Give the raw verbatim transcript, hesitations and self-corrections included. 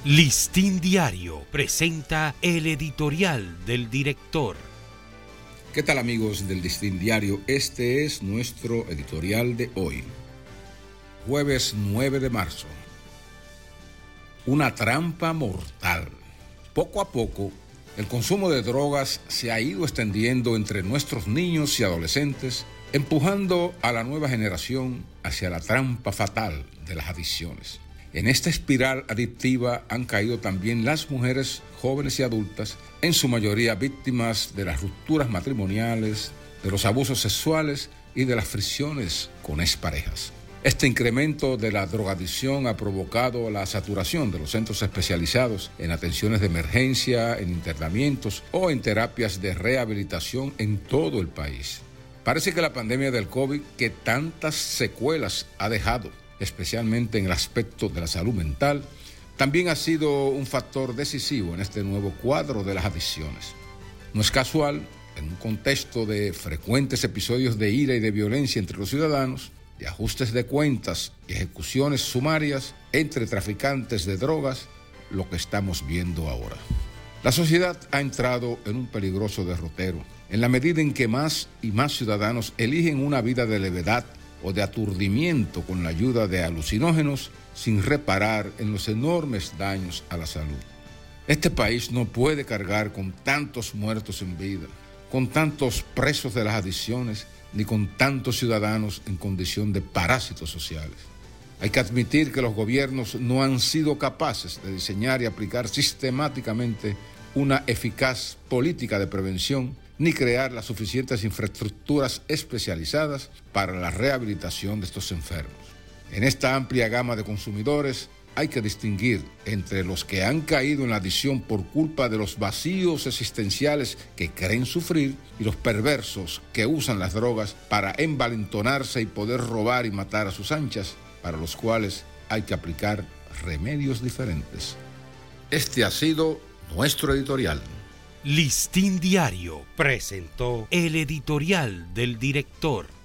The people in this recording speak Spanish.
Listín Diario presenta el editorial del director. ¿Qué tal, amigos del Listín Diario? Este es nuestro editorial de hoy, jueves nueve de marzo. Una trampa mortal. Poco a poco, el consumo de drogas se ha ido extendiendo entre nuestros niños y adolescentes, empujando a la nueva generación hacia la trampa fatal de las adicciones. En esta espiral adictiva han caído también las mujeres jóvenes y adultas, en su mayoría víctimas de las rupturas matrimoniales, de los abusos sexuales y de las fricciones con exparejas. Este incremento de la drogadicción ha provocado la saturación de los centros especializados en atenciones de emergencia, en internamientos o en terapias de rehabilitación en todo el país. Parece que la pandemia del COVID, que tantas secuelas ha dejado, especialmente en el aspecto de la salud mental, también ha sido un factor decisivo en este nuevo cuadro de las adicciones. No es casual, en un contexto de frecuentes episodios de ira y de violencia entre los ciudadanos, de ajustes de cuentas y ejecuciones sumarias entre traficantes de drogas, lo que estamos viendo ahora. La sociedad ha entrado en un peligroso derrotero, en la medida en que más y más ciudadanos eligen una vida de levedad o de aturdimiento con la ayuda de alucinógenos sin reparar en los enormes daños a la salud. Este país no puede cargar con tantos muertos en vida, con tantos presos de las adicciones, ni con tantos ciudadanos en condición de parásitos sociales. Hay que admitir que los gobiernos no han sido capaces de diseñar y aplicar sistemáticamente una eficaz política de prevención, ni crear las suficientes infraestructuras especializadas para la rehabilitación de estos enfermos. En esta amplia gama de consumidores hay que distinguir entre los que han caído en la adicción por culpa de los vacíos existenciales que creen sufrir y los perversos que usan las drogas para envalentonarse y poder robar y matar a sus anchas, para los cuales hay que aplicar remedios diferentes. Este ha sido nuestro editorial. Listín Diario presentó el editorial del director.